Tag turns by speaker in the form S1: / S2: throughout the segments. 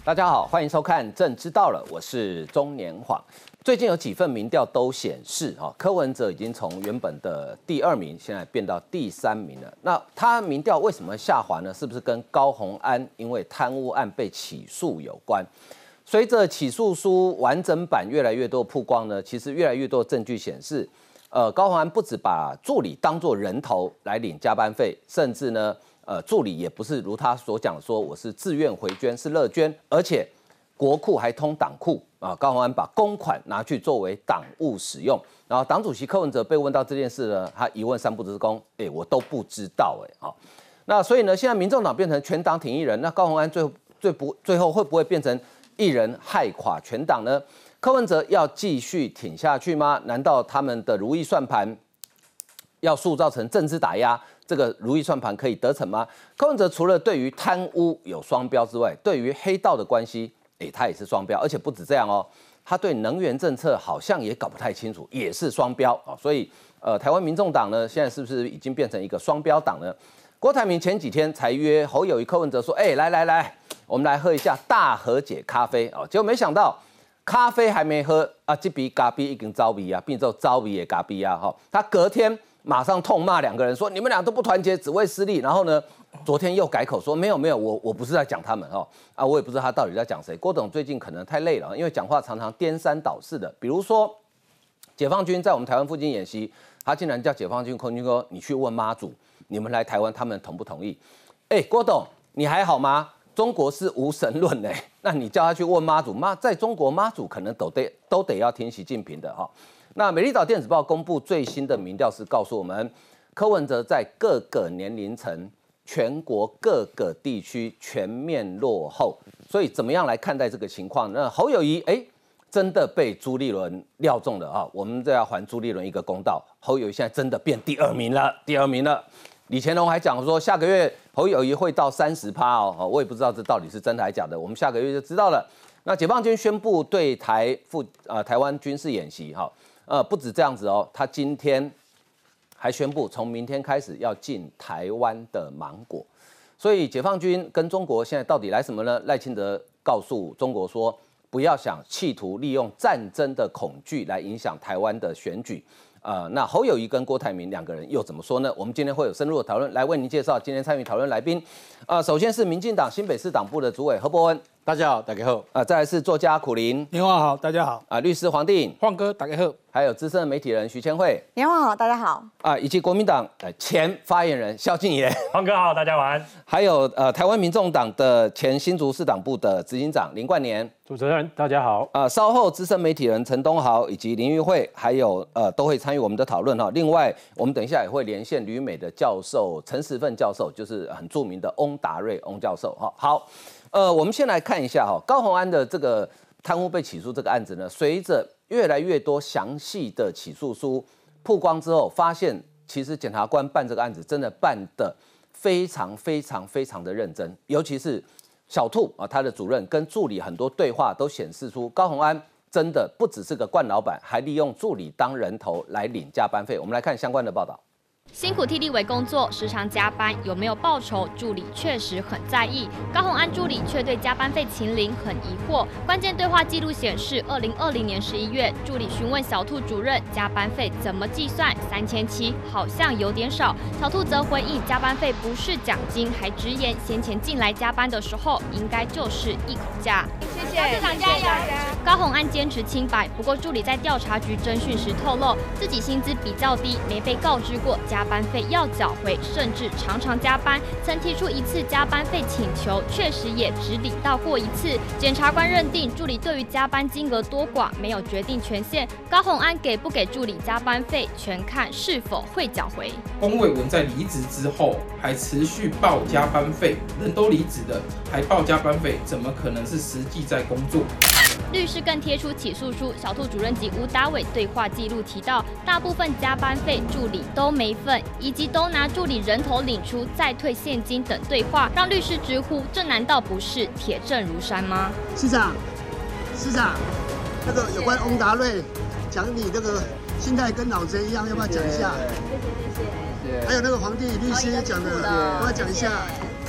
S1: 大家好，欢迎收看《政知道了》，我是钟年晃。最近有几份民调都显示，柯文哲已经从原本的第2名，现在变到第3名了。那他民调为什么下滑呢？是不是跟高虹安因为贪污案被起诉有关？随着起诉书完整版越来越多曝光呢，其实越来越多证据显示，高虹安不只把助理当作人头来领加班费，甚至呢，助理也不是如他所讲说我是自愿回捐，是乐捐，而且国库还通党库啊。高虹安把公款拿去作为党务使用，然后党主席柯文哲被问到这件事呢，他一问三不知公，我都不知道好。那所以呢，现在民众党变成全党挺一人，那高虹安最后会不会变成一人害垮全党呢？柯文哲要继续挺下去吗？难道他们的如意算盘要塑造成政治打压？这个如意算盘可以得逞吗？柯文哲除了对于贪污有双标之外，对于黑道的关系，他也是双标，而且不止这样哦，他对能源政策好像也搞不太清楚，也是双标啊。所以，台湾民众党呢，现在是不是已经变成一个双标党呢？郭台铭前几天才约侯友宜、柯文哲说，来，我们来喝一下大和解咖啡啊。结果没想到，咖啡还没喝啊，这杯咖啡已经糟味啊，并且糟味的咖啡啊，他隔天马上痛骂2个人说，你们俩都不团结，只为私利。然后呢，昨天又改口说没有，我不是在讲他们我也不知道他到底在讲谁。郭董最近可能太累了，因为讲话常常颠三倒四的。比如说，解放军在我们台湾附近演习，他竟然叫解放军空军说，你去问妈祖，你们来台湾，他们同不同意？郭董，你还好吗？中国是无神论那你叫他去问妈祖，在中国妈祖可能都得要听习近平的那美丽岛电子报公布最新的民调是告诉我们，柯文哲在各个年龄层、全国各个地区全面落后，所以怎么样来看待这个情况？那侯友宜真的被朱立伦料中了我们这要还朱立伦一个公道。侯友宜现在真的变第2名了，李乾隆还讲说下个月侯友宜会到30%我也不知道这到底是真的还是假的，我们下个月就知道了。那解放军宣布对台湾军事演习不止这样子他今天还宣布从明天开始要进台湾的芒果，所以解放军跟中国现在到底来什么呢？赖清德告诉中国说，不要想企图利用战争的恐惧来影响台湾的选举。那侯友宜跟郭台铭2个人又怎么说呢？我们今天会有深入的讨论，来为您介绍今天参与讨论来宾。首先是民进党新北市党部的主委何伯恩，
S2: 大家好，大家好。
S1: 再来是作家苦苓，
S3: 年华好，大家好。
S1: 律师黄定，
S3: 晃哥，大家好。
S1: 还有资深媒体人徐千惠，
S4: 年华好，大家好。
S1: 以及国民党前发言人萧敬言，
S5: 晃哥好，大家晚安。
S1: 还有台湾民众党的前新竹市党部的执行长林冠年，
S5: 主持人大家好。
S1: 稍后资深媒体人陈东豪以及林玉慧，还有都会参与我们的讨论另外，我们等一下也会连线旅美的教授陈时奋教授，就是很著名的翁达瑞翁教授好，我们先来看一下高虹安的这个贪污被起诉这个案子呢，随着越来越多详细的起诉书曝光之后，发现其实检察官办这个案子真的办得非常的认真，尤其是小兔他的主任跟助理很多对话都显示出高虹安真的不只是个惯老板，还利用助理当人头来领加班费。我们来看相关的报道。
S6: 辛苦替立委工作，时常加班，有没有报酬？助理确实很在意。高虹安助理却对加班费秦领很疑惑。关键对话记录显示，2020年11月，助理询问小兔主任加班费怎么计算，3700好像有点少。小兔则回应，加班费不是奖金，还直言先前进来加班的时候，应该就是一口价。谢谢市长加油！高虹安坚持清白，不过助理在调查局侦讯时透露，自己薪资比较低，没被告知过加班费要缴回，甚至常常加班。曾提出1次加班费请求，确实也只领到过1次。检察官认定助理对于加班金额多寡没有决定权限，高虹安给不给助理加班费，全看是否会缴回。
S7: 龚伟文在离职之后还持续报加班费，人都离职了还报加班费，怎么可能是实际在工作？
S6: 律师更贴出起诉书，小兔主任及吴达伟对话记录提到，大部分加班费助理都没份，以及都拿助理人头领出再退现金等对话，让律师直呼：这难道不是铁证如山吗？
S8: 市长，那个有关翁达瑞讲你这个心态跟老贼一样，要不要讲一下？谢谢。还有那个黄帝律师讲的，要不要讲一下？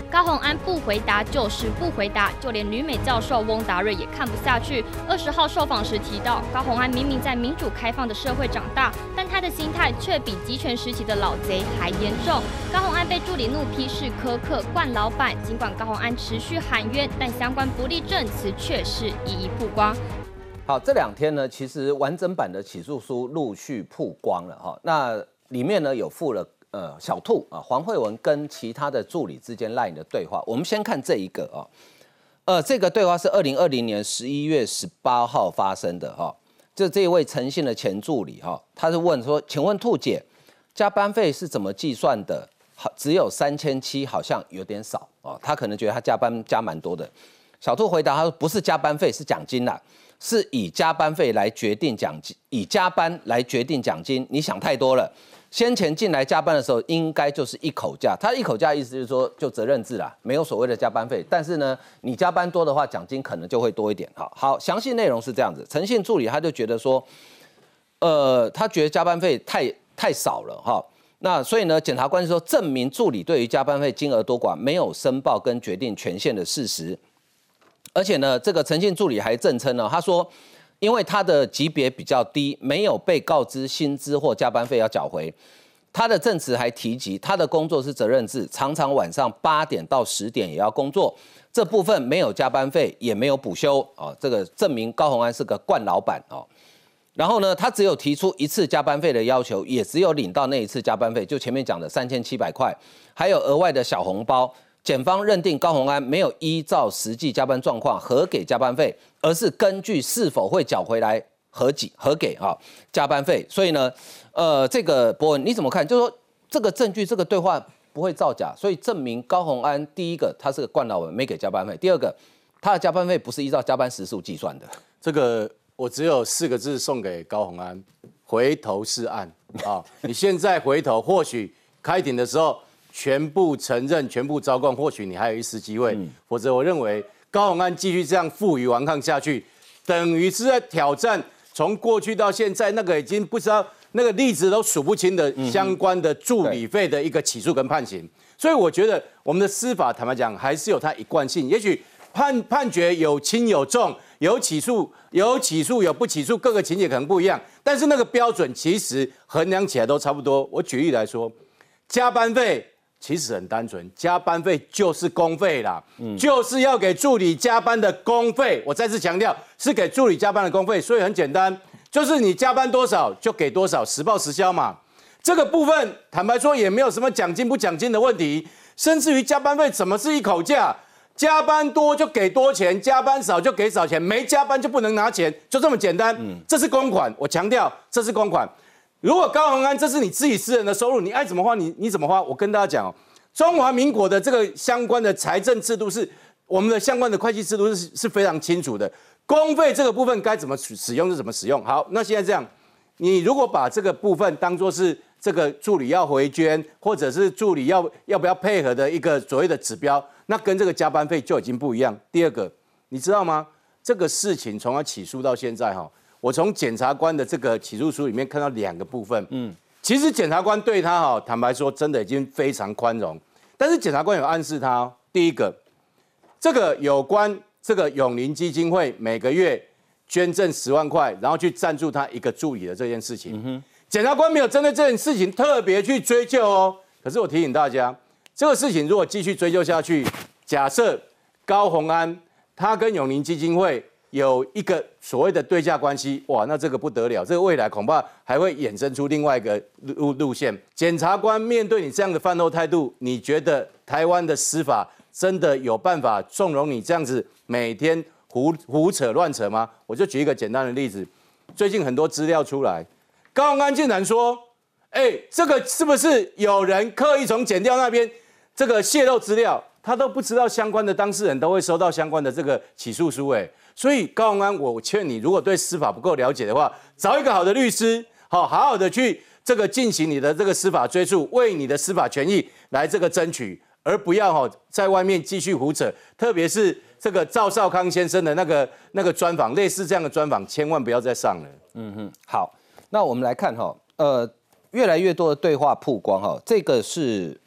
S6: 高虹安不回答就是不回答，就连旅美教授翁达瑞也看不下去。20号受访时提到，高虹安明明在民主开放的社会长大，但他的心态却比集权时期的老贼还严重。高虹安被助理怒批是苛刻惯老板，尽管高虹安持续喊冤，但相关不利证词却是一一曝光。
S1: 好，这2天呢，其实完整版的起诉书陆续曝光了哈。那里面呢有附了小兔啊黄慧文跟其他的助理之间 LINE 的对话。我们先看这一个啊，这个对话是2020年11月18号发生的哈。这一位诚信的前助理哈，他是问说，请问兔姐，加班费是怎么计算的？只有3700，好像有点少哦。他可能觉得他加班加蛮多的。小兔回答他说，不是加班费，是奖金啦。是以加班费来决定奖金，以加班来决定奖金，你想太多了。先前进来加班的时候，应该就是一口价。他一口价意思就是说，就责任制啦，没有所谓的加班费。但是呢，你加班多的话，奖金可能就会多一点。好，详细内容是这样子。诚信助理他就觉得说，他觉得加班费太少了哈。那所以呢，检察官说，证明助理对于加班费金额多寡没有申报跟决定权限的事实。而且呢，这个诚信助理还证称呢，他说，因为他的级别比较低，没有被告知薪资或加班费要缴回。他的证词还提及，他的工作是责任制，常常晚上8点到10点也要工作，这部分没有加班费，也没有补休啊。这个证明高虹安是个惯老板哦。然后呢，他只有提出1次加班费的要求，也只有领到那1次加班费，就前面讲的3700块，还有额外的小红包。检方认定高虹安没有依照实际加班状况核给加班费，而是根据是否会缴回来核给加班费。所以呢，这个博文你怎么看？就是说这个证据这个对话不会造假，所以证明高虹安第一个他是个惯老板没给加班费，第二个他的加班费不是依照加班时数计算的。
S2: 这个我只有4个字送给高虹安：回头是岸啊！你现在回头，或许开庭的时候。全部承认、全部招供，或许你还有一丝机会。否则，我认为高虹安继续这样负隅顽抗下去，等于是在挑战从过去到现在那个已经不知道那个例子都数不清的相关的助理费的一个起诉跟判刑。所以，我觉得我们的司法坦白讲还是有它一贯性。也许判决有轻有重，有起诉有不起诉，各个情节可能不一样，但是那个标准其实衡量起来都差不多。我举例来说，加班费。其实很单纯，加班费就是公费啦，就是要给助理加班的公费。我再次强调，是给助理加班的公费，所以很简单，就是你加班多少就给多少，实报实销嘛。这个部分坦白说也没有什么奖金不奖金的问题，甚至于加班费怎么是一口价？加班多就给多钱，加班少就给少钱，没加班就不能拿钱，就这么简单。这是公款，我强调这是公款。如果高虹安这是你自己私人的收入，你爱怎么花你怎么花。我跟大家讲中华民国的这个相关的财政制度是我们的相关的会计制度是非常清楚的，公费这个部分该怎么使用就怎么使用。好，那现在这样，你如果把这个部分当作是这个助理要回捐，或者是助理要不要配合的一个所谓的指标，那跟这个加班费就已经不一样。第二个，你知道吗？这个事情从他起诉到现在我从检察官的这个起诉书里面看到2个部分。其实检察官对他坦白说，真的已经非常宽容。但是检察官有暗示他第一个，这个有关这个永龄基金会每个月捐赠10万块，然后去赞助他一个助理的这件事情，检察官没有针对这件事情特别去追究可是我提醒大家，这个事情如果继续追究下去，假设高虹安他跟永龄基金会有一个所谓的对价关系，哇，那这个不得了，这个未来恐怕还会衍生出另外一个路线。检察官面对你这样的饭后态度，你觉得台湾的司法真的有办法纵容你这样子每天胡扯乱扯吗？我就举一个简单的例子，最近很多资料出来，高虹安竟然说，这个是不是有人刻意从检调那边这个泄露资料？他都不知道相关的当事人都会收到相关的这个起诉书，所以高虹安，我劝你，如果对司法不够了解的话，找一个好的律师，好好的去这个进行你的这个司法追诉，为你的司法权益来这个争取，而不要在外面继续胡扯。特别是这个赵少康先生的那个专访，类似这样的专访，千万不要再上了。
S1: 好，那我们来看越来越多的对话曝光这个是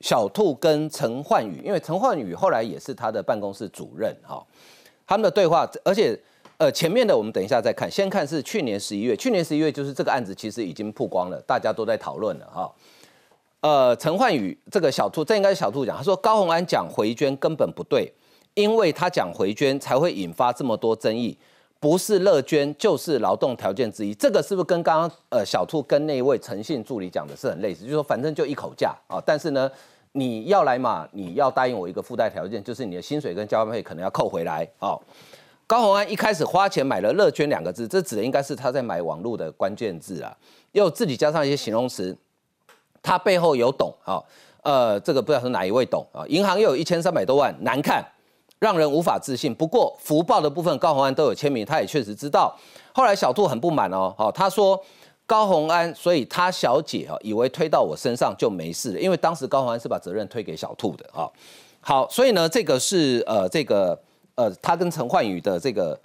S1: 小兔跟陈焕宇，因为陈焕宇后来也是他的办公室主任哈，他们的对话，而且前面的我们等一下再看，先看是去年11月，去年11月就是这个案子其实已经曝光了，大家都在讨论了哈。陈焕宇这个小兔，这应该是小兔讲，他说高虹安讲回捐根本不对，因为他讲回捐才会引发这么多争议。不是乐捐就是劳动条件之一，这个是不是跟刚刚小兔跟那一位诚信助理讲的是很类似？就是说反正就一口价啊，但是呢你要来嘛，你要答应我一个附带条件，就是你的薪水跟加班费可能要扣回来啊。高虹安一开始花钱买了乐捐2个字，这指的应该是他在买网络的关键字啊，又自己加上一些形容词，他背后有董啊，这个不知道是哪一位董啊，银行又有1300多万，难看。让人无法置信。不过福报的部分，高虹安都有签名，他也确实知道。后来小兔很不满哦，他说高虹安，所以他小姐以为推到我身上就没事了，因为当时高虹安是把责任推给小兔的啊。好，所以呢，这个是他跟陈焕宇的这个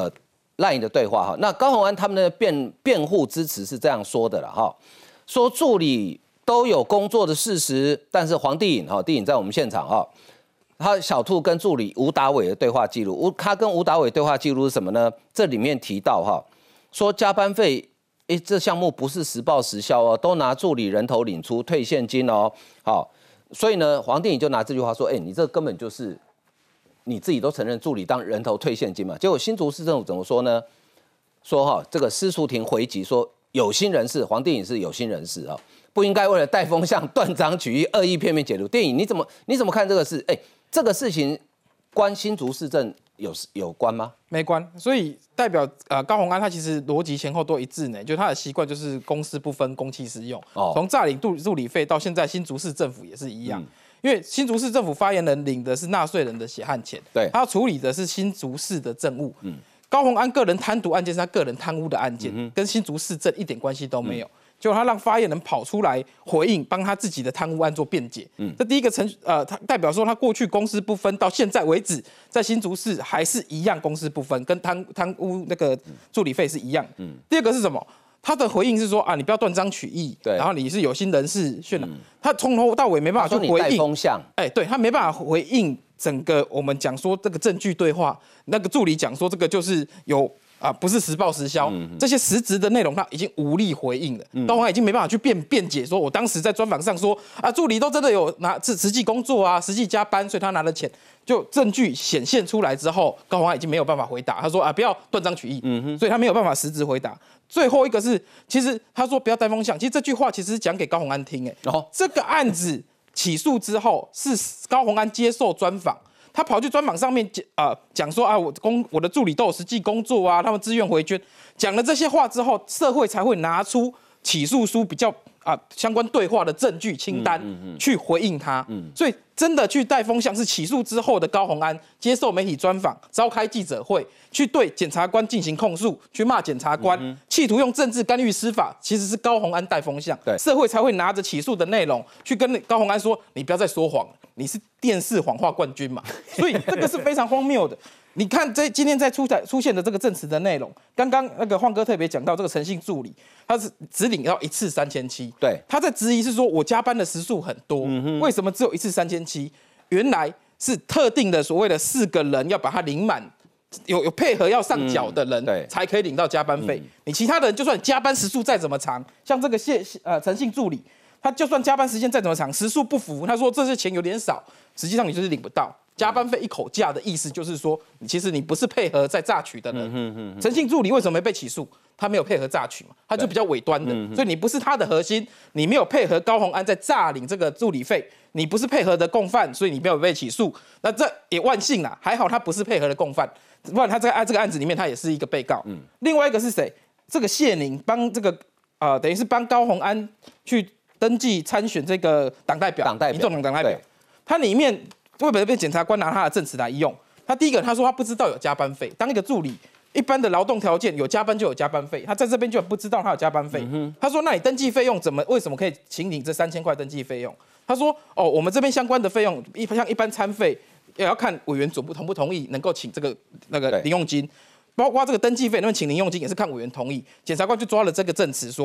S1: LINE 的对话哈。那高虹安他们的辩护支持是这样说的了哈，说助理都有工作的事实，但是黄帝颖帝颖在我们现场哈。他小兔跟助理吴达伟的对话记录，他跟吴达伟对话记录是什么呢？这里面提到说加班费，这项目不是实报实销哦，都拿助理人头领出退现金哦。好，所以呢，黄帝颖就拿这句话说，你这根本就是你自己都承认助理当人头退现金嘛。结果新竹市政府怎么说呢？说这个施淑婷回击说有心人士，黄帝颖是有心人士啊，不应该为了带风向断章取义、恶意片面解读。电影你怎么看这个事？这个事情关新竹市政有关吗？
S7: 没关，所以代表高虹安他其实逻辑前后都一致呢，就他的习惯就是公私不分、公器私用。从诈领助理费到现在新竹市政府也是一样，因为新竹市政府发言人领的是纳税人的血汗钱，
S1: 对，
S7: 他要处理的是新竹市的政务。高虹安个人贪渎案件是他个人贪污的案件，跟新竹市政一点关系都没有。结果他让发言人跑出来回应，帮他自己的贪污案做辩解。这第一个他代表说他过去公私不分，到现在为止，在新竹市还是一样公私不分，跟贪污那个助理费是一样。第二个是什么？他的回应是说你不要断章取义，然后你是有心人士渲染。他从头到尾没办法去回应。
S1: 风向。
S7: 对他没办法回应整个我们讲说这个证据对话，那个助理讲说这个就是有。不是实报实销，这些实质的内容他已经无力回应了。高虹安已经没办法去辩解说，我当时在专访上说助理都真的有拿实际工作实际加班，所以他拿了钱。就证据显现出来之后，高虹安已经没有办法回答。他说不要断章取义，所以他没有办法实质回答。最后一个是，其实他说不要带风向，其实这句话其实是讲给高虹安听。这个案子起诉之后，是高虹安接受专访。他跑去专访上面讲说我的助理都有实际工作他们自愿回捐，讲了这些话之后，社会才会拿出起诉书比较相关对话的证据清单去回应他。所以真的去带风向是起诉之后的高虹安接受媒体专访，召开记者会，去对检察官进行控诉，去骂检察官，企图用政治干预司法，其实是高虹安带风向，社会才会拿着起诉的内容去跟高虹安说，你不要再说谎了。你是电视谎话冠军嘛？所以这个是非常荒谬的。你看，今天在出现的这个证词的内容，刚刚那个晃哥特别讲到这个诚信助理，他是只领到一次3700，
S1: 对，
S7: 他在质疑是说我加班的时数很多，为什么只有一次3700？原来是特定的所谓的4个人要把它领满。有配合要上缴的人才可以领到加班费，你其他的人就算加班时数再怎么长，像这个诚信助理。他就算加班时间再怎么长，时数不符，他说这些钱有点少，实际上你就是领不到加班费一口价的意思，就是说其实你不是配合在榨取的人。诚信助理为什么没被起诉？他没有配合榨取嘛，他就比较尾端的，所以你不是他的核心，你没有配合高虹安在诈领这个助理费，你不是配合的共犯，所以你没有被起诉。那这也万幸啦，还好他不是配合的共犯，不然他在这个案子里面他也是一个被告。另外一个是谁？这个谢宁帮这个等于是帮高虹安去登记参选这个党代表，民众党党代表，他里面为什么被检察官拿他的证词来用？他第一个他说他不知道有加班费，当一个助理，一般的劳动条件有加班就有加班费，他在这边就不知道他有加班费。他说那你登记费用为什么可以请领这3000块登记费用？他说我们这边相关的费用像一般餐费也要看委员同不同意能够请这个零用金，包括这个登记费能不能请零用金也是看委员同意。检察官就抓了这个证词说。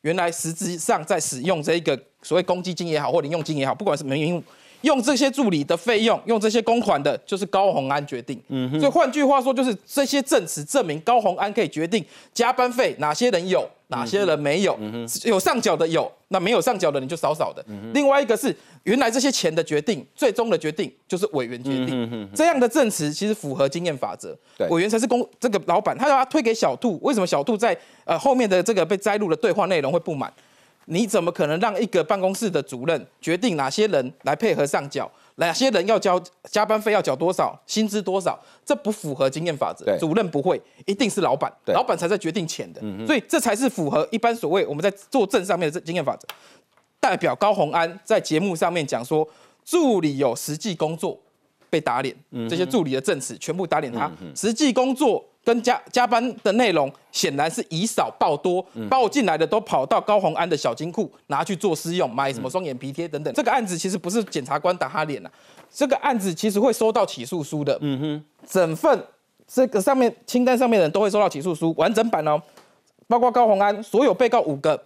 S7: 原来实质上在使用这一个所谓公积金也好，或零用金也好，不管是什么原因，用这些助理的费用，用这些公款的，就是高虹安决定。所以换句话说，就是这些证词证明高虹安可以决定加班费哪些人有，哪些人没有，有上缴的有，那没有上缴的你就少少的。另外一个是原来这些钱的决定，最终的决定就是委员决定。这样的证词其实符合经验法则，委员才是这个老板，他要推给小兔，为什么小兔在后面的这个被摘录的对话内容会不满？你怎么可能让一个办公室的主任决定哪些人来配合上缴，哪些人要交加班费要缴多少，薪资多少？这不符合经验法则。主任不会，一定是老板，老板才在决定钱的。所以这才是符合一般所谓我们在做证上面的经验法则。代表高虹安在节目上面讲说，助理有实际工作被打脸，这些助理的证词全部打脸他，实际工作跟加班的内容显然是以少报多，报进来的都跑到高虹安的小金库拿去做私用，买什么双眼皮贴等等。这个案子其实不是检察官打他脸啊，这个案子其实会收到起诉书的。整份这个上面清单上面的人都会收到起诉书，完整版哦，包括高虹安所有被告5个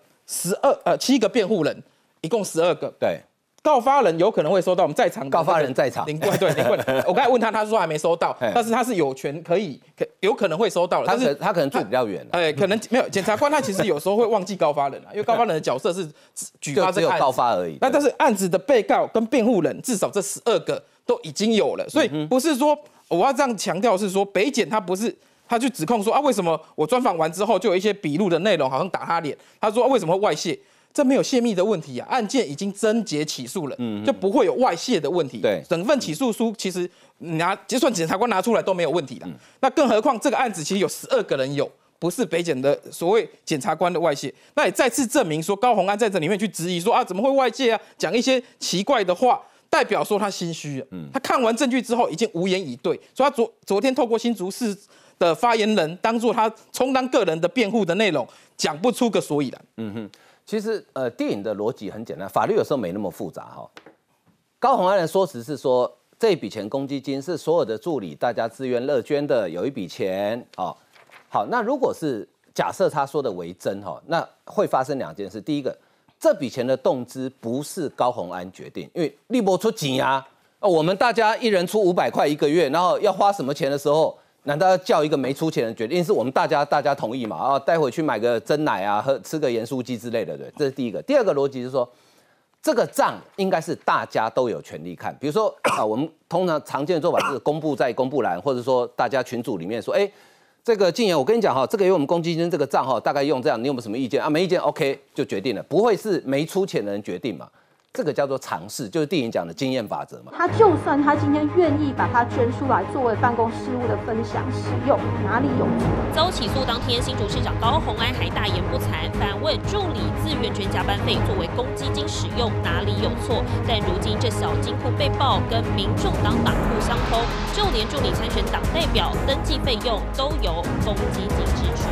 S7: ，7个辩护人，一共12个。
S1: 对。
S7: 告发人有可能会收到，我们在场
S1: 告发人在场，
S7: 林贵，我刚才问他，他说还没收到，但是他是有权有可能会收到了，但是
S1: 他可能住比较远，
S7: 可能没有。检察官他其实有时候会忘记告发人啊，因为告发人的角色是举发这个案子，
S1: 只有告发而已。
S7: 但是案子的被告跟辩护人至少这12个都已经有了，所以不是说我要这样强调是说北检他不是。他去指控说为什么我专访完之后就有一些笔录的内容好像打他脸？他说为什么会外泄？这没有泄密的问题啊，案件已经侦结起诉了，就不会有外泄的问题。
S1: 对，
S7: 整份起诉书其实就算检察官拿出来都没有问题的。那更何况这个案子其实有12个人有，不是北检的所谓检察官的外泄。那也再次证明说高虹安在这里面去质疑说怎么会外泄啊，讲一些奇怪的话。代表说他心虚了，他看完证据之后已经无言以对，所以他昨天透过新竹市的发言人当做他充当个人的辩护的内容，讲不出个所以然。
S1: 其实电影的逻辑很简单，法律有时候没那么复杂哈。高虹安的说辞是说，这一笔钱公积金是所有的助理大家自愿乐捐的，有一笔钱好，那如果是假设他说的为真那会发生2件事，第一个。这笔钱的动资不是高虹安决定，因为立波出钱啊，我们大家一人出500块1个月，然后要花什么钱的时候，难道要叫一个没出钱的人决定？是我们大家同意嘛？待会去买个珍奶啊，吃个盐酥鸡之类的，对，这是第一个。第二个逻辑是说，这个账应该是大家都有权利看，比如说我们通常常见的做法是公布在公布栏，或者说大家群组里面说，这个静言，我跟你讲这个有我们公积金这个账大概用这样，你有没有什么意见啊？没意见 ，OK 就决定了，不会是没出钱的人决定嘛？这个叫做常识，就是电影讲的经验法则嘛。
S3: 他就算他今天愿意把它捐出来作为办公事务的分享使用，哪里有错？
S4: 遭起诉当天，新竹市长高虹安还大言不惭，反问助理自愿捐加班费作为公积金使用，哪里有错？但如今这小金库被爆，跟民众党党库相通，就连助理参选党代表登记费用都由公积金支出。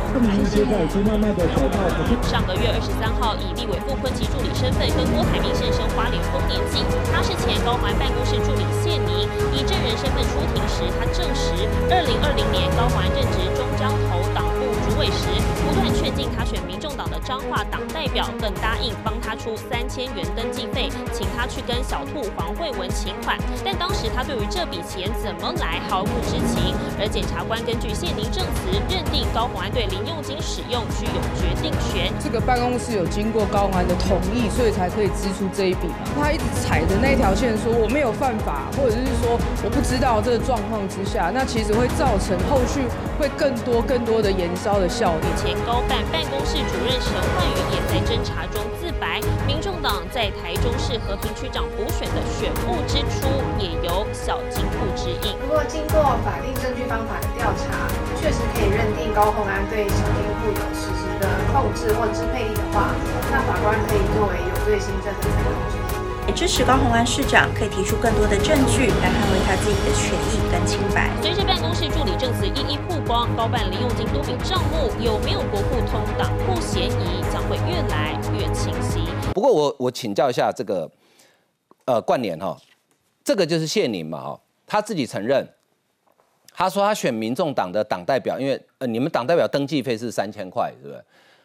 S4: 上个月23号，以立委傅昆萁助理身份跟郭台铭现身花莲丰年祭，他是前高虹安办公室助理谢宁，以证人身份出庭时，他证实2020年高虹安任职中彰投党部主委时，不断劝进他选民众党的彰化党代表，更答应帮他出3000元登记费，请他去跟小兔黄慧文请款。但当时他对于这笔钱怎么来毫不知情，而检察官根据谢宁证词，认定高虹安对零用金使用具有决定权。
S9: 这个办公室有经过高虹安的同意，所以才可以支出这一笔嘛。他一直踩着那条线说我没有犯法，或者是说我不知道这个状况之下，那其实会造成后续会更多的延烧的效应。
S4: 前高办办公室主任陈焕宇也在侦查中自白，民众党在台中市和平区长补选的选务支出也由小金库支应。
S10: 如果经过法定证据方法的调查，确实可以认定高虹安对小金库有实质的控制或支配力的话，那法官可以作为有罪心证的参考之一。
S11: 也支持高虹安市长可以提出更多的证据来捍卫他自己的权益跟清白。
S4: 随着办公室助理证词一一曝光，高办零用金多笔账目有没有国库通党库嫌疑将会越来越清晰。
S1: 不过我请教一下这个冠联这个就是谢宁嘛他自己承认，他说他选民众党的党代表，因为你们党代表登记费是3000块，对不对？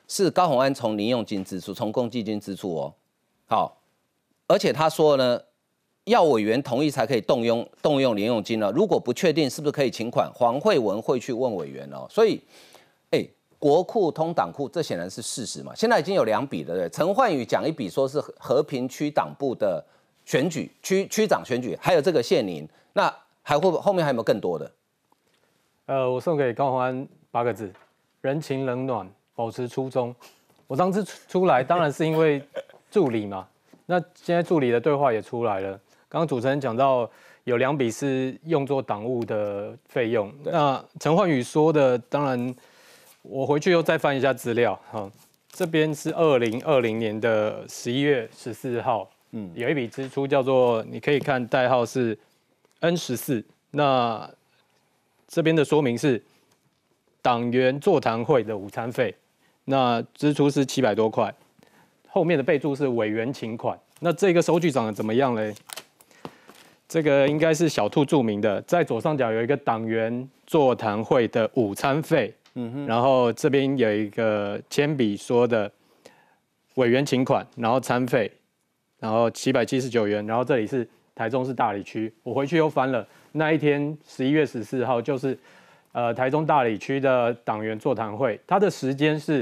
S1: 是高虹安从零用金支出，从公积金支出哦。好，而且他说呢，要委员同意才可以动用零用金呢。如果不确定是不是可以请款，黄惠文会去问委员哦。所以，国库通党库，这显然是事实嘛。现在已经有2笔了，对不对？陈焕宇讲一笔说是和平区党部的选举，区长选举，还有这个谢宁，那后面还有没有更多的？
S5: 我送给高虹安8个字：人情冷暖，保持初衷。我当时出来，当然是因为助理嘛。那现在助理的对话也出来了。刚刚主持人讲到有2笔是用作党务的费用。那陈焕宇说的，当然我回去又再翻一下资料。这边是2020年的11月14号，有一笔支出叫做，你可以看代号是 N14。那这边的说明是党员座谈会的午餐费，那支出是700多块，后面的备注是委员请款。那这个收据长得怎么样嘞？这个应该是小兔注明的，在左上角有一个党员座谈会的午餐费，然后这边有一个铅笔说的委员请款，然后餐费，然后779元，然后这里是台中市大里区。我回去又翻了，那一天11月14号就是台中大里区的党员座谈会，它的时间是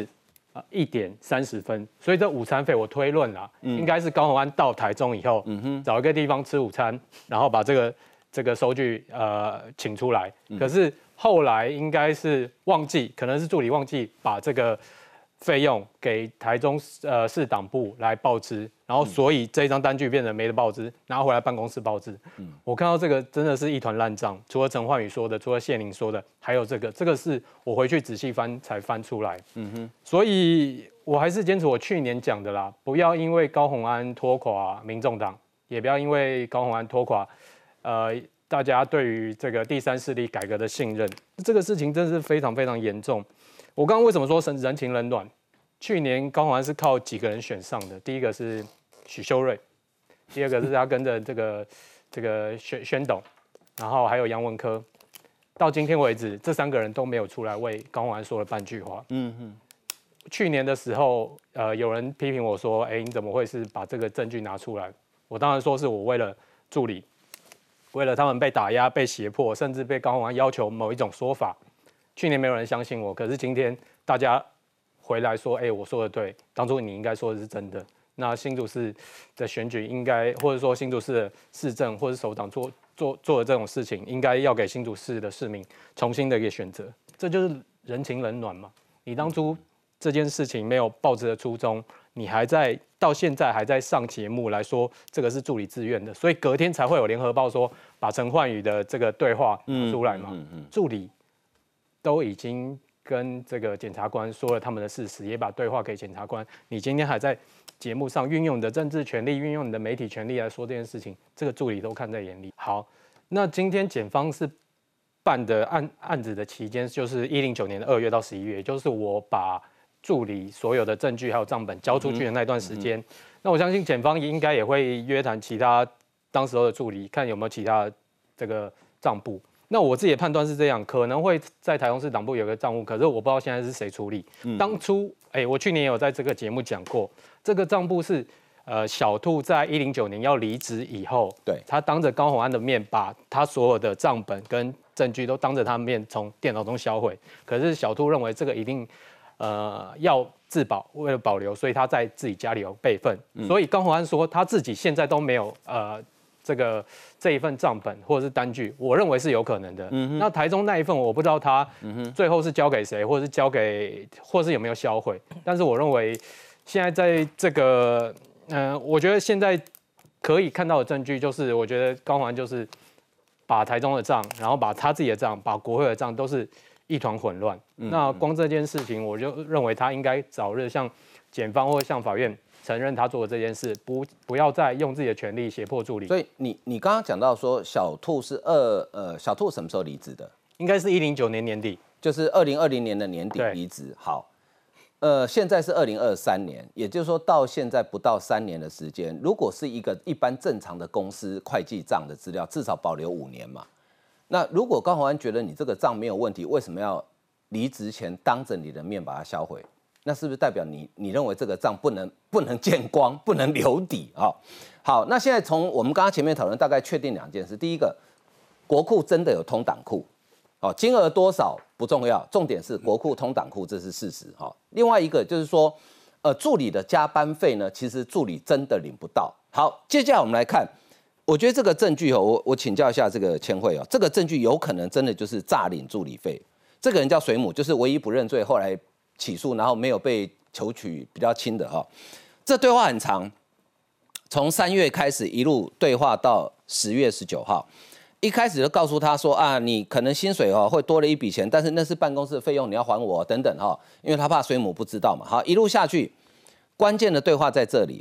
S5: 1点30分，所以这午餐费我推论啦，应该是高虹安到台中以后，找一个地方吃午餐，然后把这个收据请出来。可是后来应该是忘记，可能是助理忘记把这个费用给台中市党部来报支，然后所以这一张单据变成没得报支，拿回来办公室报支。我看到这个真的是一团烂账，除了陈焕宇说的，除了谢宁说的，还有这个是我回去仔细翻才翻出来。所以我还是坚持我去年讲的啦，不要因为高虹安拖垮民众党，也不要因为高虹安拖垮大家对于这个第三势力改革的信任，这个事情真的是非常非常严重。我刚刚为什么说人情冷暖？去年高虹安是靠几个人选上的，第一个是许修睿，第二个是他跟着这个宣董，然后还有杨文科。到今天为止，这3个人都没有出来为高虹安说了半句话。去年的时候，有人批评我说：“你怎么会是把这个证据拿出来？”我当然说是我为了助理，为了他们被打压、被胁迫，甚至被高虹安要求某一种说法。去年没有人相信我，可是今天大家回来说，我说的对，当初你应该说的是真的。那新竹市的选举应该，或者说新竹市的市政或者首长做的这种事情，应该要给新竹市的市民重新的一个选择。这就是人情冷暖嘛。你当初这件事情没有抱持的初衷，你到现在还在上节目来说这个是助理自愿的，所以隔天才会有联合报说把陈焕宇的这个对话拿出来嘛。助理都已经跟这个检察官说了他们的事实，也把对话给检察官。你今天还在节目上运用你的政治权利，运用你的媒体权利来说这件事情，这个助理都看在眼里。好，那今天检方是办的案子的期间，就是109年的2月到11月，也就是我把助理所有的证据还有账本交出去的那段时间。那我相信检方应该也会约谈其他当时候的助理，看有没有其他的这个账簿。那我自己的判断是这样，可能会在台中市党部有个账户，可是我不知道现在是谁处理。当初我去年也有在这个节目讲过，这个账簿是小兔在109年要离职以后，对，他当着高虹安的面把他所有的账本跟证据都当着他的面从电脑中销毁。可是小兔认为这个一定要自保，为了保留，所以他在自己家里有备份。所以高虹安说他自己现在都没有这一份账本或者是单据，我认为是有可能的。那台中那一份我不知道他最后是交给谁，或者是或是有没有销毁。但是我认为现在在这个我觉得现在可以看到的证据就是，我觉得高虹安就是把台中的账，然后把他自己的账，把国会的账都是一团混乱。那光这件事情，我就认为他应该早日向检方或向法院承认他做的这件事，不要再用自己的权力胁迫助理。
S1: 所以你刚刚讲到说小兔是小兔什么时候离职的？
S5: 应该是109年年底，
S1: 就是2020年的年底离职。好，现在是2023年，也就是说到现在不到3年的时间。如果是一个一般正常的公司会计账的资料，至少保留5年嘛。那如果高虹安觉得你这个账没有问题，为什么要离职前当着你的面把它销毁？ 那是不是代表你认为这个账不能见光，不能留底啊？好，那现在从我们刚刚前面讨论，大概确定2件事。第一个，国库真的有通档库，金额多少不重要，重点是国库通档库，这是事实哈。另外一个就是说，助理的加班费呢，其实助理真的领不到。好，接下来我们来看，我觉得这个证据我请教一下这个千惠这个证据有可能真的就是诈领助理费。这个人叫水母，就是唯一不认罪，后来起诉，然后没有被求取比较轻的这对话很长，从3月开始一路对话到10月19号。一开始就告诉他说啊，你可能薪水会多了一笔钱，但是那是办公室的费用，你要还我等等因为他怕水母不知道嘛。好，一路下去，关键的对话在这里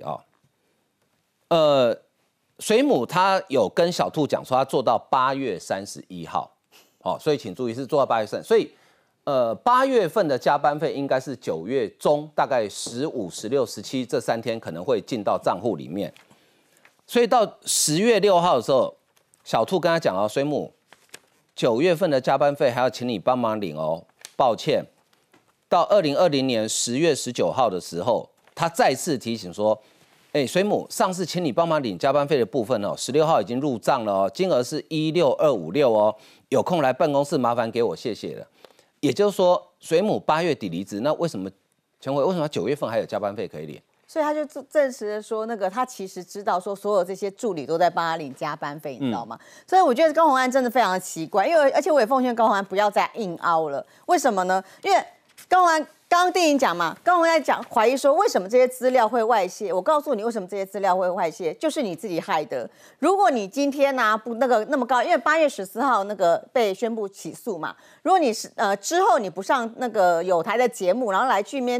S1: 水母他有跟小兔讲说他做到8月31号，所以请注意是做到8月30，所以8月份的加班费应该是9月中，大概15、16、17这3天可能会进到账户里面，所以到10月6号的时候。小兔跟他讲水母，9月份的加班费还要请你帮忙领抱歉。到2020年10月19号的时候，他再次提醒说，水母，上次请你帮忙领加班费的部分16号已经入账了金额是16256有空来办公室麻烦给我，谢谢了。也就是说，水母8月底离职，那为什么全委为什么9月份还有加班费可以领？
S12: 所以他就证实了说，他其实知道说所有这些助理都在帮他领加班费，你知道吗？所以我觉得高虹安真的非常的奇怪，而且我也奉劝高虹安不要再硬凹了。为什么呢？因为高虹安刚刚电影讲嘛，高虹安讲怀疑说为什么这些资料会外泄。我告诉你为什么这些资料会外泄，就是你自己害的。如果你今天不那么高，因为8月14号被宣布起诉嘛，如果你是之后你不上有台的节目，然后来去面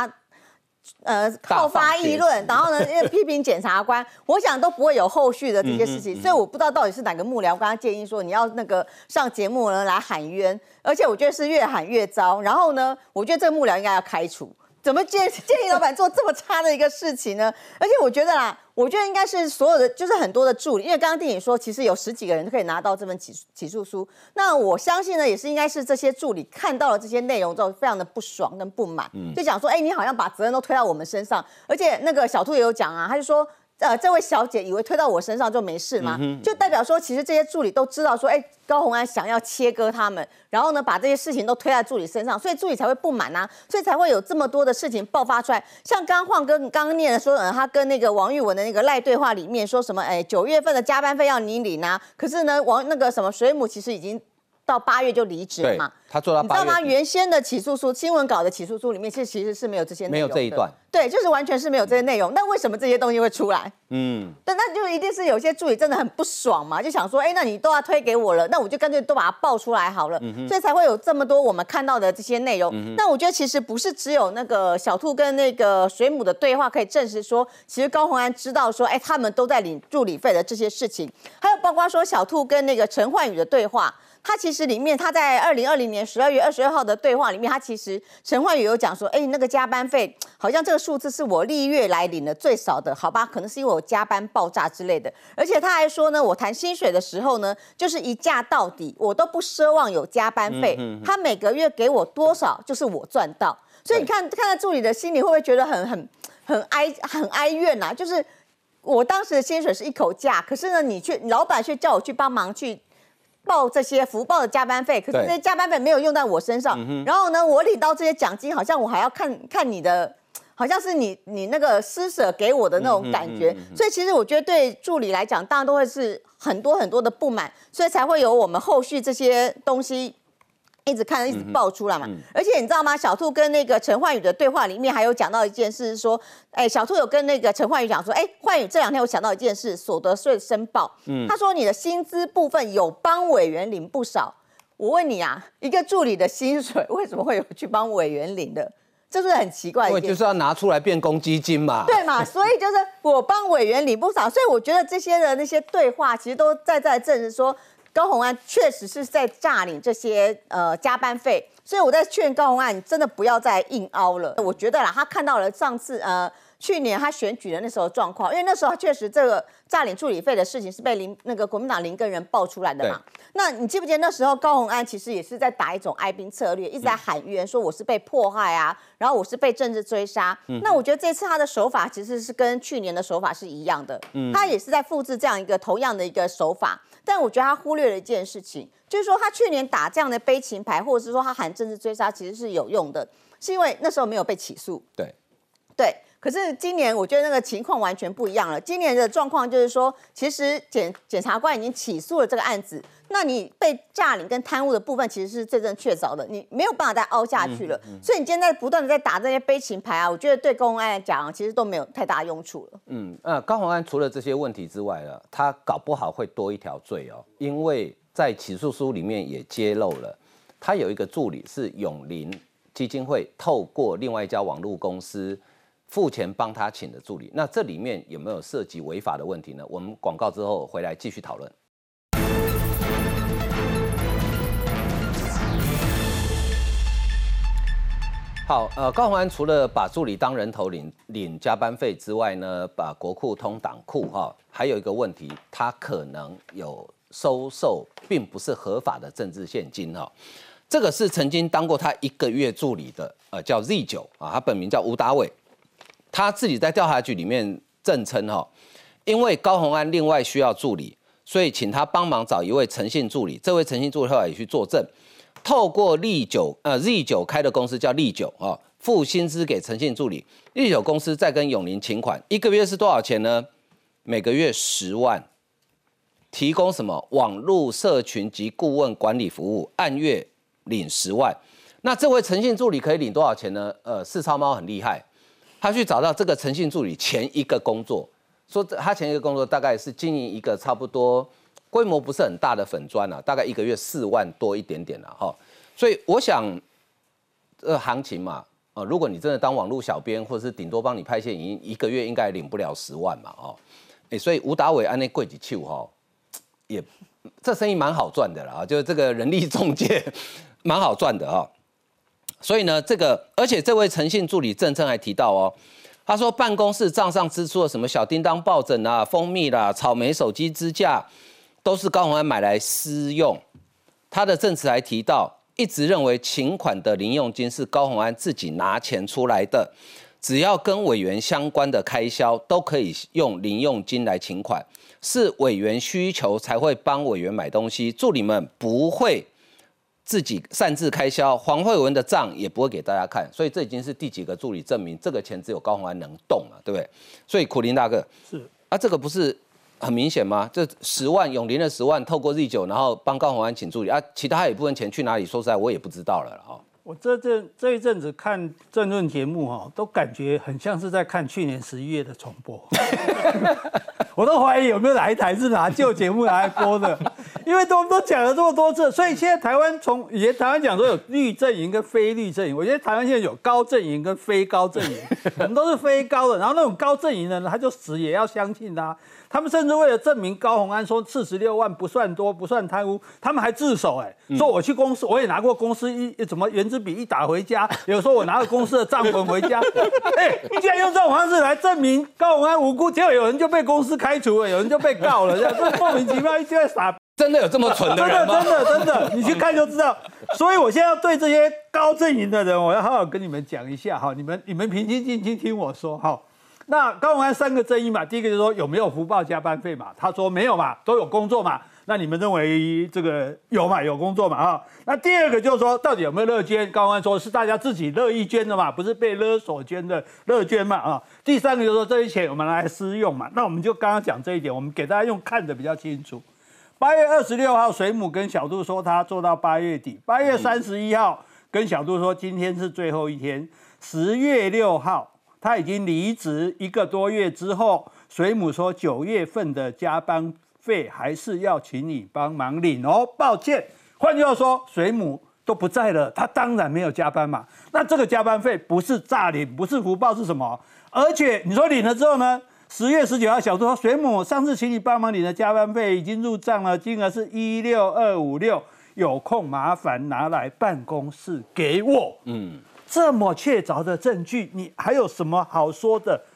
S12: 好发议论，然后呢批评检察官，我想都不会有后续的这些事情，所以我不知道到底是哪个幕僚跟他建议说你要上节目呢来喊冤，而且我觉得是越喊越糟，然后呢，我觉得这个幕僚应该要开除。怎么建议老板做这么差的一个事情呢？而且我觉得应该是所有的，就是很多的助理，因为刚刚电影说，其实有10几个人可以拿到这份起诉书。那我相信呢，也是应该是这些助理看到了这些内容之后，非常的不爽跟不满，就讲说，你好像把责任都推到我们身上。而且小兔也有讲他就说。这位小姐以为推到我身上就没事吗？就代表说，其实这些助理都知道说，高虹安想要切割他们，然后呢，把这些事情都推在助理身上，所以助理才会不满所以才会有这么多的事情爆发出来。像刚刚晃哥刚刚念的说，他跟王玉文的赖对话里面说什么，9月份的加班费要你领可是呢，什么水母其实已经到8月就离职了嘛。他做到8月，你知道吗？原先的起诉书、新闻稿的起诉书里面，其实是没有这些内容的，没有这一段。对，就是完全是没有这些内容。那为什么这些东西会出来？但那就一定是有些助理真的很不爽嘛，就想说，那你都要推给我了，那我就干脆都把它爆出来好了。所以才会有这么多我们看到的这些内容。那我觉得其实不是只有小兔跟水母的对话可以证实说，其实高虹安知道说，他们都在领助理费的这些事情，还有包括说小兔跟陈焕宇的对话。他其实里面，他在2020年12月22号的对话里面，他其实陈焕宇有讲说，加班费好像这个数字是我历月来领的最少的，好吧？可能是因为我加班爆炸之类的。而且他还说呢，我谈薪水的时候呢，就是一价到底，我都不奢望有加班费。他每个月给我多少，就是我赚到。所以你看到助理的心里会不会觉得很哀怨呐？就是我当时的薪水是一口价，可是呢，老板却叫我去帮忙去报这些福报的加班费，可是这些加班费没有用在我身上。然后呢，我领到这些奖金，好像我还要看你的，好像是你那个施舍给我的那种感觉。所以其实我觉得对助理来讲，当然都会是很多的不满，所以才会有我们后续这些东西。一直看，一直爆出来嘛。而且你知道吗？小兔跟陈焕宇的对话里面还有讲到一件事，是说，小兔有跟陈焕宇讲说，焕宇这2天我想到一件事，所得税申报。他说你的薪资部分有帮委员领不少。我问你啊，一个助理的薪水为什么会有去帮委员领的？这是不是很奇怪的一件事？
S1: 就是要拿出来变公积金嘛。
S12: 对嘛，所以就是我帮委员领不少，所以我觉得这些的那些对话，其实都在证实说。高虹安确实是在诈领这些加班费，所以我在劝高虹安，你真的不要再硬凹了。我觉得他看到了上次去年他选举的那时候状况，因为那时候确实这个诈领助理费的事情是被国民党林根仁爆出来的嘛。那你记不记得那时候高虹安其实也是在打一种哀兵策略，一直在喊冤说我是被迫害啊，然后我是被政治追杀。那我觉得这次他的手法其实是跟去年的手法是一样的，他也是在复制这样一个同样的一个手法。但我觉得他忽略了一件事情，就是说他去年打这样的悲情牌，或者是说他喊政治追杀，其实是有用的，是因为那时候没有被起诉。对。可是今年我觉得那个情况完全不一样了。今年的状况就是说，其实检察官已经起诉了这个案子，那你被诈领跟贪污的部分其实是罪证确凿的，你没有办法再凹下去了。所以你现在不断的在打这些悲情牌啊，我觉得对高虹安来讲，其实都没有太大用处了。
S1: 高虹安除了这些问题之外呢，他搞不好会多一条罪哦，因为在起诉书里面也揭露了，他有一个助理是永林基金会透过另外一家网络公司付钱帮他请的助理，那这里面有没有涉及违法的问题呢？我们广告之后回来继续讨论。好，高虹安除了把助理当人头领加班费之外呢，把国库通党库还有一个问题，他可能有收受并不是合法的政治现金这个是曾经当过他1个月助理的，叫 Z9 他本名叫吴达伟。他自己在调查局里面证称因为高虹安另外需要助理，所以请他帮忙找一位诚信助理。这位诚信助理后来也去作证，透过Z9开的公司叫力9付薪资给诚信助理，力9公司再跟永林请款，1个月是多少钱呢？每个月10万，提供什么网络社群及顾问管理服务，按月领10万。那这位诚信助理可以领多少钱呢？四超猫很厉害。他去找到这个诚信助理前一个工作，说他前一个工作大概是经营一个差不多规模不是很大的粉专大概1个月4万多一点点所以我想，行情嘛，如果你真的当网络小编，或者是顶多帮你拍些影音，1个月应该领不了10万嘛所以吴达伟按那贵几手也这生意蛮好赚的啦就是这个人力中介蛮好赚的所以呢，而且这位诚信助理证称还提到他说办公室账上支出的什么小叮当抱枕啊、蜂蜜啦、草莓手机支架，都是高虹安买来私用。他的证词还提到，一直认为请款的零用金是高虹安自己拿钱出来的，只要跟委员相关的开销都可以用零用金来请款，是委员需求才会帮委员买东西，助理们不会自己擅自开销，黄慧文的账也不会给大家看，所以这已经是第几个助理证明这个钱只有高虹安能动嘛，对不对？所以苦林大哥是这个不是很明显吗？这10万永林的10万透过 Z9， 然后帮高虹安请助理其他一部分钱去哪里？说实在我也不知道了
S13: 我这一阵子看政论节目都感觉很像是在看去年11月的重播，我都怀疑有没有哪一台是拿旧节目来播的，因为都讲了这么多次，所以现在台湾以前台湾讲说有绿阵营跟非绿阵营，我觉得台湾现在有高阵营跟非高阵营，我们都是非高的，然后那种高阵营的人他就死也要相信他。他们甚至为了证明高虹安说46万不算多不算贪污，他们还自首说我去公司我也拿过公司怎么原子笔一打回家，有时候我拿了公司的账本回家，竟然用这种方式来证明高虹安无辜，结果有人就被公司开除了，有人就被告了，这莫名其妙一堆傻。
S1: 真的有这么蠢的人吗？
S13: 真的，你去看就知道。所以我现在要对这些高阵营的人，我要好好跟你们讲一下你们平心静气听我说那高虹安3个争议嘛，第一个就是说有没有福报加班费嘛，他说没有嘛，都有工作嘛，那你们认为这个有嘛，有工作嘛那第二个就是说到底有没有乐捐，高虹安说是大家自己乐意捐的嘛，不是被勒索捐的乐捐嘛第三个就是说这些钱我们来私用嘛，那我们就刚刚讲这一点，我们给大家用看得比较清楚。8月26号水母跟小杜说他做到8月底，8月31号跟小杜说今天是最后一天，10月6号他已经离职1个多月之后，水母说9月份的加班费还是要请你帮忙领抱歉。换句话说，水母都不在了，他当然没有加班嘛。那这个加班费不是诈领，不是福报是什么？而且你说领了之后呢？10月19号，小杜说水母上次请你帮忙领的加班费已经入账了，金额是16256，有空麻烦拿来办公室给我。这么确凿的证据，你还有什么好说的？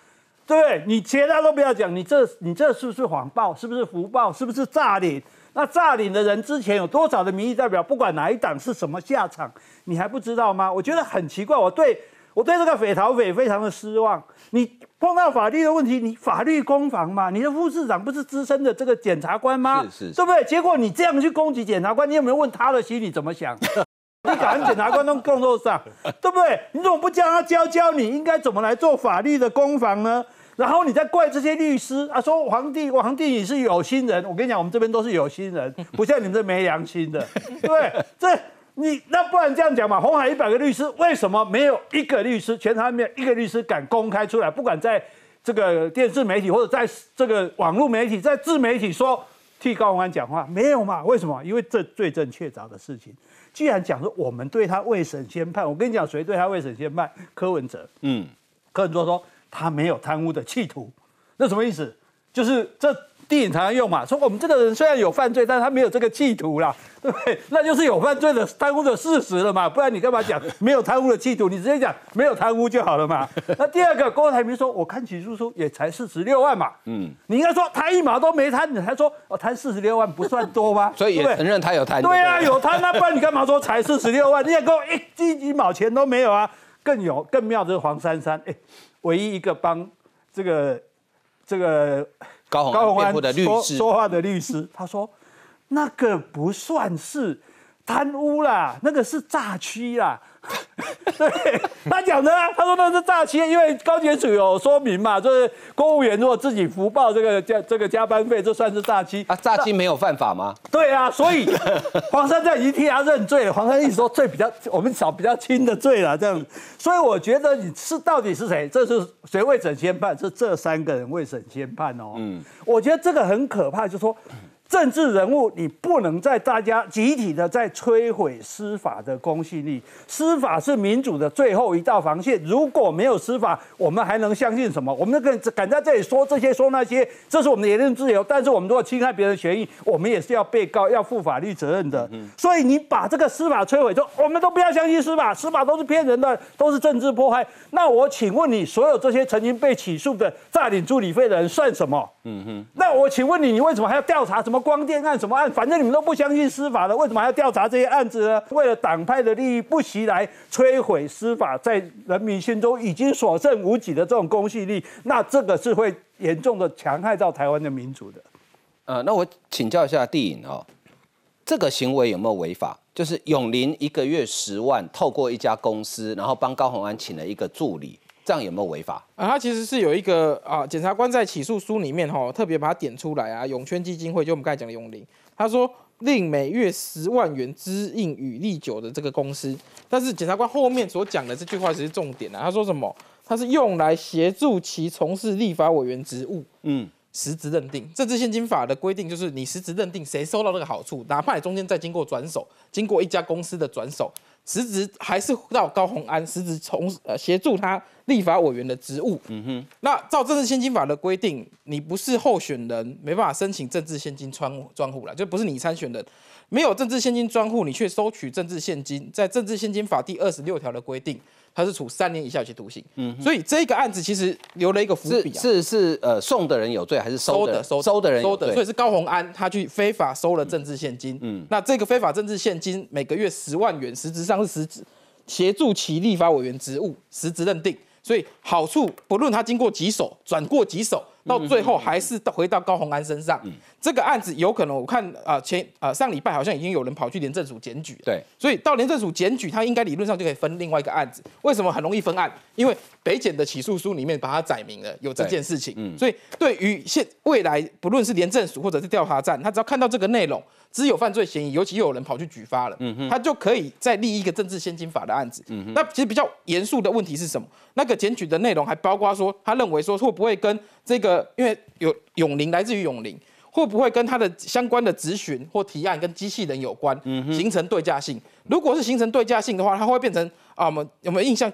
S13: 对不对？你其他都不要讲，你这是不是谎报？是不是福报？是不是诈领？那诈领的人之前有多少的民意代表，不管哪一党是什么下场，你还不知道吗？我觉得很奇怪，我对这个匪逃匪非常的失望。你碰到法律的问题，你法律攻防嘛，你的副市长不是资深的这个检察官吗？
S1: 是，
S13: 对不对？结果你这样去攻击检察官，你有没有问他的心里怎么想？你敢检察官都工作上，对不对？你怎么不叫他教你应该怎么来做法律的攻防呢？然后你再怪这些律师啊，说皇帝你是有心人，我跟你讲，我们这边都是有心人，不像你们这没良心的，对不对？那不然这样讲嘛，鸿海100个律师，为什么没有一个律师，全台湾没有一个律师敢公开出来，不管在这个电视媒体或者在这个网络媒体、在自媒体说替高虹安讲话，没有嘛？为什么？因为这罪证确凿的事情。既然讲说我们对他未审先判，我跟你讲，谁对他未审先判？柯文哲。柯文哲说他没有贪污的企图，那什么意思？就是这电影常常用嘛，说我们这个人虽然有犯罪，但是他没有这个企图啦，对不对？那就是有犯罪的贪污的事实了嘛，不然你干嘛讲没有贪污的企图？你直接讲没有贪污就好了嘛。那第二个，郭台铭说，我看起诉书也才46万嘛，你应该说他1毛都没贪，你才说贪46万不算多吗？
S1: 所以也承认他有贪。
S13: 对啊，有贪，那不然你干嘛说才46万？你也给我一毛钱都没有啊！更妙的是黄珊珊，唯一一个帮这个
S1: 高虹安
S13: 说话的律师，他说那个不算是贪污啦，那个是诈欺啦。对，他讲的啊，他说那是诈欺，因为高检署有说明嘛，就是公务员如果自己福报这个加班费，这算是诈欺
S1: 啊？诈欺没有犯法吗？
S13: 对啊，所以黄珊珊已经替他认罪了。黄珊珊一直说罪我们找比较轻的罪了，这样。所以我觉得你是到底是谁？这是谁未审先判？是这3个人未审先判哦。我觉得这个很可怕，就是说。政治人物，你不能在大家集体的在摧毁司法的公信力。司法是民主的最后一道防线，如果没有司法，我们还能相信什么？我们敢在这里说这些说那些，这是我们的言论自由。但是我们如果侵害别人的权益，我们也是要被告，要负法律责任的。所以你把这个司法摧毁，说我们都不要相信司法，司法都是骗人的，都是政治迫害。那我请问你，所有这些曾经被起诉的诈领助理费的人算什么？那我请问你，你为什么还要调查什么光电案什么案？反正你们都不相信司法的，为什么还要调查这些案子呢？为了党派的利益，不惜来摧毁司法在人民心中已经所剩无几的这种公信力，那这个是会严重的强害到台湾的民主的。
S1: 那我请教一下帝颖哦，这个行为有没有违法？就是永林1个月10万，透过一家公司，然后帮高虹安请了一个助理。这样有没有违法？
S7: 他其实是有一个检察官在起诉书里面特别把它点出来啊，永圈基金会就我们刚才讲的永林，他说令每月10万元支应与利久的这个公司，但是检察官后面所讲的这句话才是重点啊，他说什么？他是用来协助其从事立法委员职务，实质认定。政治献金法的规定就是你实质认定谁收到这个好处，哪怕你中间再经过转手，经过一家公司的转手。实质还是到高虹安，实质协助他立法委员的职务。那照政治献金法的规定，你不是候选人，没办法申请政治现金专户啦，就不是你参选人，没有政治现金专户，你却收取政治现金，在政治献金法第26条的规定，它是处3年以下有期徒刑。所以这个案子其实留了一个伏笔啊。
S1: 是送的人有罪，还是收的人有罪？
S7: 所以是高虹安他去非法收了政治现金。那这个非法政治现金每个月10万元，实质上是协助其立法委员职务，实质认定。所以好处不论他经过几手，转过几手，到最后还是回到高虹安身上。这个案子有可能我看上礼拜好像已经有人跑去廉政署检举，
S1: 对，
S7: 所以到廉政署检举，他应该理论上就可以分另外一个案子。为什么很容易分案？因为北检的起诉书里面把它载明了有这件事情，所以对于未来不论是廉政署或者是调查站，他只要看到这个内容，只有犯罪嫌疑，尤其又有人跑去举发了，他就可以再立一个政治献金法的案子。那其实比较严肃的问题是什么？那个检举的内容还包括说，他认为说会不会跟这个，因为有永林来自于永林，会不会跟他的相关的质询或提案跟机器人有关，形成对价性？如果是形成对价性的话，它会变成我们有没有印象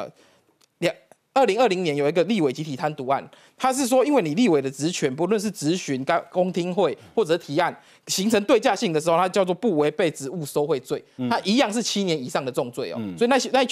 S7: 2020年有一个立委集体贪渎案，他是说，因为你立委的职权，不论是质询、公听会或者是提案，形成对价性的时候，它叫做不违背职务收贿罪，它一样是7年以上的重罪哦。所以那一群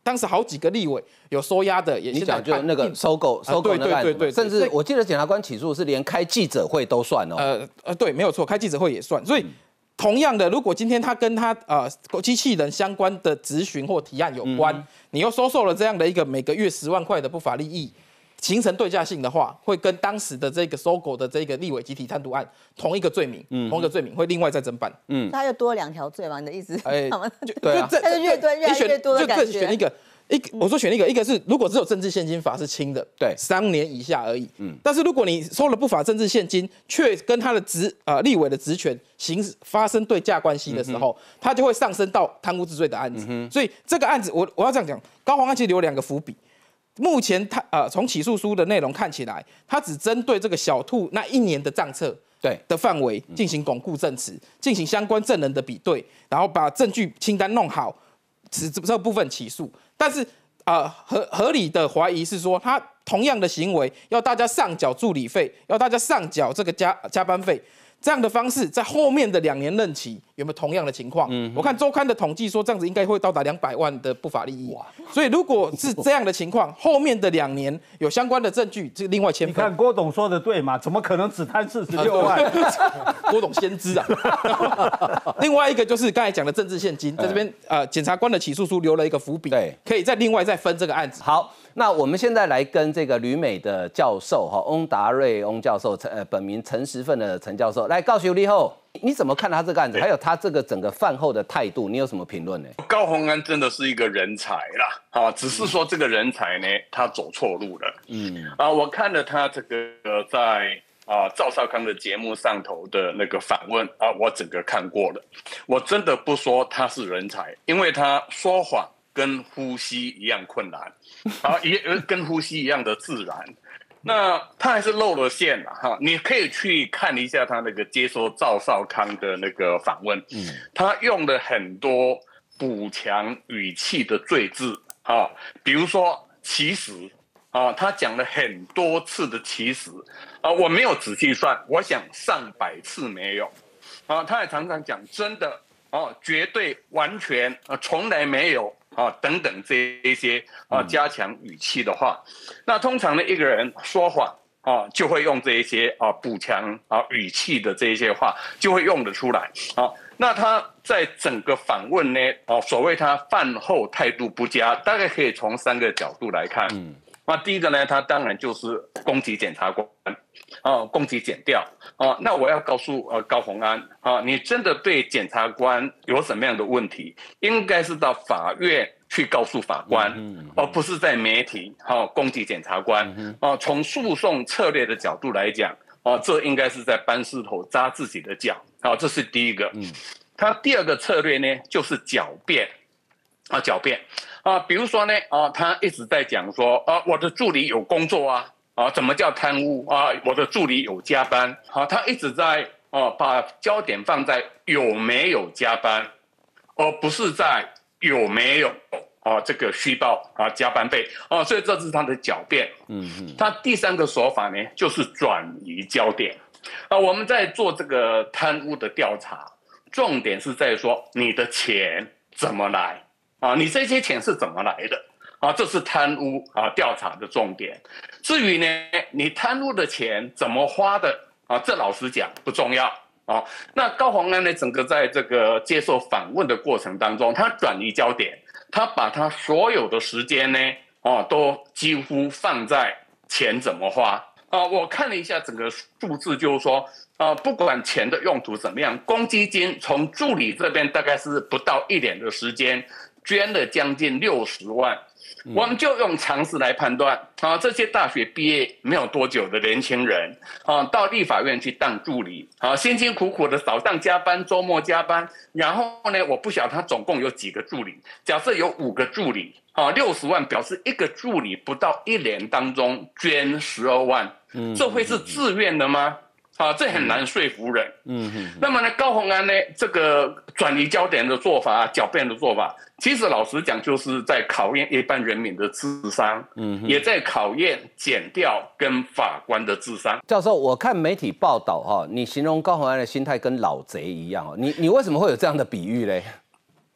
S7: 当时好几个立委有收押的，也
S1: 你
S7: 现在
S1: 讲就那个收购那个案子，
S7: 对，
S1: 甚至我记得检察官起诉是连开记者会都算哦。
S7: 对，没有错，开记者会也算。所以同样的，如果今天他跟他机器人相关的质询或提案有关，你又收受了这样的一个每个月10万块的不法利益，形成对价性的话，会跟当时的这个收购的这个立委集体贪渎案同一个罪名，会另外再侦办。
S12: 他又多2条罪嘛？你的意思？
S7: 对啊，
S12: 他就越来越多的感觉。
S7: 选一个。我说选一个是如果只有政治现金法是轻的，
S1: 对
S7: ，3年以下而已。但是如果你收了不法政治现金，却跟他的立委的职权发生对价关系的时候，他就会上升到贪污治罪的案子。所以这个案子我要这样讲，高虹安其实留2个伏笔。目前他从起诉书的内容看起来，他只针对这个小兔那1年的账册的范围进行巩固证词，进行相关证人的比对，然后把证据清单弄好，这部分起诉。但是合理的怀疑是说，他同样的行为要大家上缴助理费，要大家上缴这个加班费，这样的方式在后面的2年任期有没有同样的情况？我看周刊的统计说，这样子应该会到达200万的不法利益。所以如果是这样的情况，后面的2年有相关的证据，这另外签分。
S13: 你看郭董说的对嘛？怎么可能只贪46万？
S7: 郭董先知啊！另外一个就是刚才讲的政治现金，在这边检察官的起诉书留了一个伏笔，对，可以再另外再分这个案子。
S1: 好，那我们现在来跟这个旅美的教授翁达瑞翁教授，本名陈时奋的陈教授来告诉你后，你怎么看他这个案子？还有他这个整个饭后的态度，你有什么评论呢？
S14: 高虹安真的是一个人才啦，只是说这个人才呢，他走错路了。我看了他这个在赵少康的节目上头的那个访问我整个看过了。我真的不说他是人才，因为他说谎跟呼吸一样困难，也跟呼吸一样的自然。那他还是露了馅了哈，你可以去看一下他那个接受赵少康的那个访问，他用了很多补强语气的赘字比如说其实他讲了很多次的其实我没有仔细算，我想上百次没有他也常常讲真的绝对完全从来没有等等这一些加强语气的话，那通常呢一个人说谎就会用这一些补强语气的这一些话就会用得出来那他在整个访问呢所谓他饭后态度不佳，大概可以从3个角度来看。那第一个呢，他当然就是攻击检察官攻击检调那我要告诉高虹安你真的对检察官有什么样的问题，应该是到法院去告诉法官而不是在媒体攻击检察官从诉讼策略的角度来讲这应该是在搬石头扎自己的脚这是第一个。他第2个策略呢就是狡辩比如说呢他一直在讲说我的助理有工作怎么叫贪污我的助理有加班他一直在把焦点放在有没有加班，而不是在有没有这个虚报加班费所以这是他的狡辩。他第3个手法呢就是转移焦点我们在做这个贪污的调查，重点是在说你的钱怎么来你这些钱是怎么来的这是贪污调查的重点。至于呢你贪污的钱怎么花的这老实讲不重要那高虹安呢整个在这个接受访问的过程当中，他转移焦点，他把他所有的时间呢都几乎放在钱怎么花我看了一下整个数字，就是说不管钱的用途怎么样，公积金从助理这边大概是不到1年的时间捐了将近60万。我们就用常识来判断这些大学毕业没有多久的年轻人到立法院去当助理辛辛苦苦的早上加班周末加班，然后呢我不晓得他总共有几个助理，假设有5个助理60万表示1个助理不到1年当中捐12万这会是自愿的吗？这很难说服人。那么呢高虹安呢这个转移焦点的做法狡辩的做法，其实老实讲就是在考验一般人民的智商也在考验检调跟法官的智商。
S1: 教授，我看媒体报道你形容高虹安的心态跟老贼一样你为什么会有这样的比喻嘞？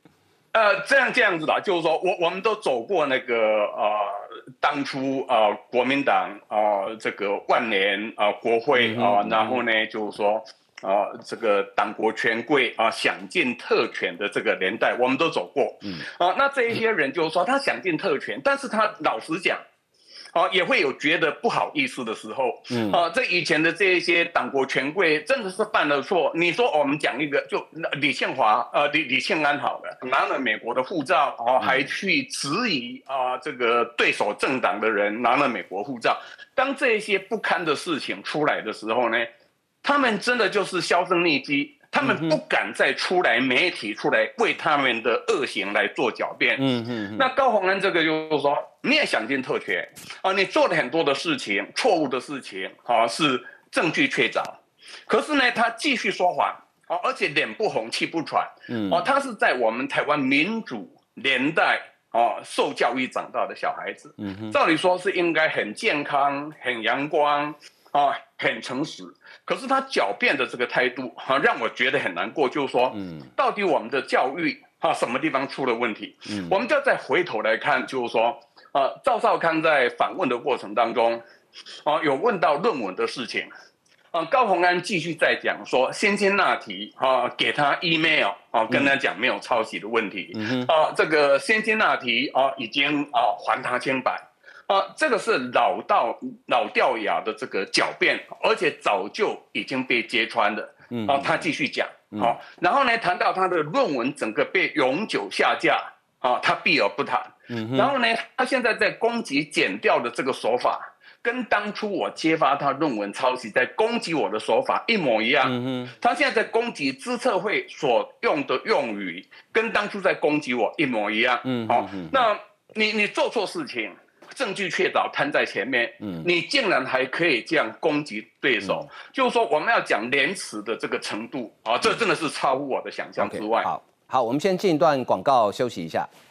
S14: 这样子的，就是说我们都走过那个当初国民党这个万年国会然后呢就是说这个党国权贵享尽特权的这个年代，我们都走过。那这一些人就是说他享尽特权，但是他老实讲。也会有觉得不好意思的时候。这以前的这一些党国权贵真的是犯了错。你说我们讲一个，就李宪安好了，拿了美国的护照，还去质疑这个对手政党的人拿了美国护照。当这些不堪的事情出来的时候呢，他们真的就是销声匿迹。他们不敢再出来，媒体出来为他们的恶行来做狡辩。那高虹安这个就是说，你也享尽特权你做了很多的事情，错误的事情是证据确凿，可是呢，他继续说谎而且脸不红气不喘。他是在我们台湾民主年代受教育长大的小孩子，照理说是应该很健康、很阳光很诚实。可是他狡辩的这个态度让我觉得很难过，就是说，到底我们的教育什么地方出了问题？我们就要再回头来看，就是说，赵少康在访问的过程当中，有问到论文的事情，高虹安继续在讲说，辛辛那提给他 email 跟他讲没有抄袭的问题，这个辛辛那提已经还他清白。这个是老掉牙的这个狡辩，而且早就已经被揭穿了。他继续讲，然后呢，谈到他的论文整个被永久下架，他避而不谈。然后呢，他现在在攻击检调的这个手法，跟当初我揭发他论文抄袭，在攻击我的手法一模一样。他现在在攻击资策会所用的用语，跟当初在攻击我一模一样。那你做错事情。证据确凿摊在前面，你竟然还可以这样攻击对手，就是说我们要讲廉耻的这个程度这真的是超乎我的想象之外。
S1: 好，我们先进一段广告休息一下。